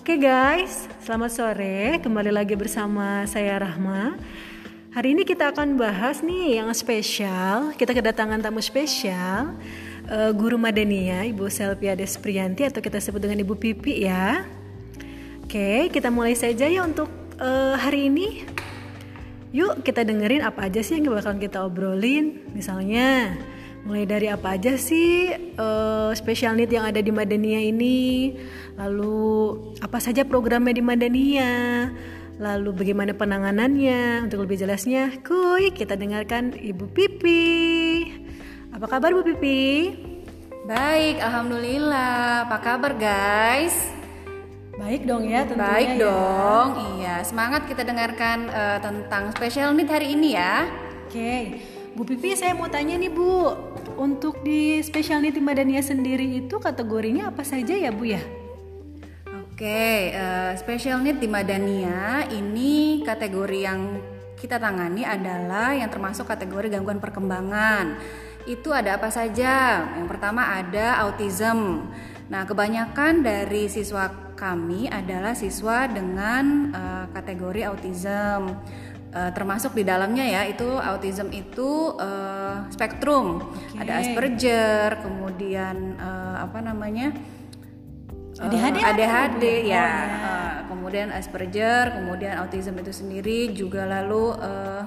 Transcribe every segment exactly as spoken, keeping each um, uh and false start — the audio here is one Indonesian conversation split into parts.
Oke guys, selamat sore. Kembali lagi bersama saya Rahma. Hari ini kita akan bahas nih yang spesial. Kita kedatangan tamu spesial, uh, Guru Madania, Ibu Selvi Desprianti atau kita sebut dengan Ibu Pipi ya. Oke, kita mulai saja ya untuk uh, hari ini. Yuk kita dengerin apa aja sih yang bakal kita obrolin. Misalnya mulai dari apa aja sih uh, special need yang ada di Madania ini, lalu apa saja programnya di Madania, lalu bagaimana penanganannya. Untuk lebih jelasnya, kuy kita dengarkan Ibu Pipi. Apa kabar Bu Pipi? Baik, alhamdulillah. Apa kabar guys? Baik dong ya tentunya. Baik ya. dong, iya. Semangat kita dengarkan uh, tentang special need hari ini ya. Oke, Bu Pipi saya mau tanya nih Bu, untuk di special need Madania sendiri itu kategorinya apa saja ya Bu ya? Oke, uh, special need di Madania ini kategori yang kita tangani adalah yang termasuk kategori gangguan perkembangan. Itu ada apa saja? Yang pertama ada autism. Nah, kebanyakan dari siswa kami adalah siswa dengan uh, kategori autism. Uh, termasuk di dalamnya ya, itu autism itu uh, spektrum. Okay. Ada Asperger, kemudian uh, apa namanya? A D H D, uh, A D H D ya, oh, ya. Uh, kemudian Asperger, kemudian autism itu sendiri juga lalu uh,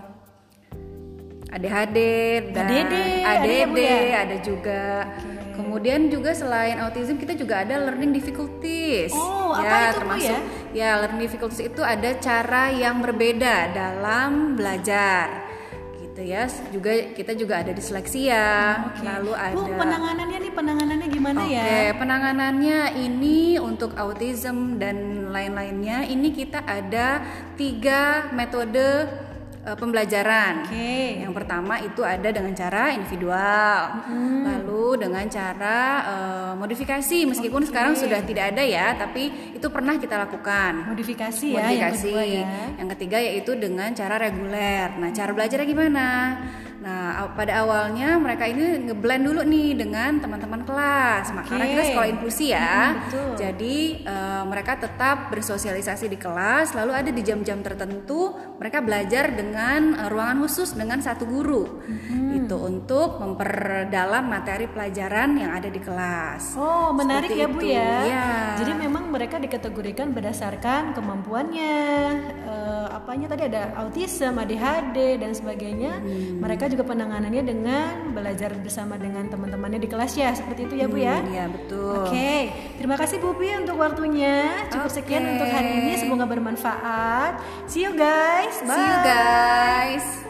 A D H D dan A D D, A D D ada, ya, ada juga. Okay. Kemudian juga selain autism kita juga ada learning difficulties. Oh, ya, apa itu termasuk Bu, ya? ya learning difficulties itu ada cara yang berbeda dalam belajar. Gitu ya. Juga kita juga ada disleksia. Okay. Lalu ada Bu, penanganannya nih penanganannya gimana okay, ya? Oke, penanganannya ini untuk autism dan lain-lainnya ini kita ada tiga metode pembelajaran. Okay. Yang pertama itu ada dengan cara individual, hmm. lalu dengan cara uh, modifikasi. Meskipun okay. sekarang sudah tidak ada ya, tapi itu pernah kita lakukan. Modifikasi, ya. Modifikasi. Yang kedua ya. Yang ketiga yaitu dengan cara reguler. Nah, cara belajarnya gimana? Nah, pada awalnya mereka ini ngeblend dulu nih dengan teman-teman kelas. Okay. Karena kita sekolah inklusi ya. Hmm, Jadi uh, mereka tetap bersosialisasi di kelas. Lalu ada di jam-jam tertentu mereka belajar dengan uh, ruangan khusus dengan satu guru. Hmm. Itu untuk memperdalam materi pelajaran yang ada di kelas. Oh, menarik Seperti ya Bu itu. ya. ya. Jadi memang mereka dikategorikan berdasarkan kemampuannya. Uh, apanya tadi ada autism, A D H D dan sebagainya. Hmm. Mereka juga penanganannya dengan belajar bersama dengan teman-temannya di kelas ya, seperti itu ya Bu ya. Hmm, iya betul. Oke, okay. Terima kasih Bu Pi untuk waktunya. Cukup okay. sekian untuk hari ini, semoga bermanfaat. See you guys. Bye. See you guys.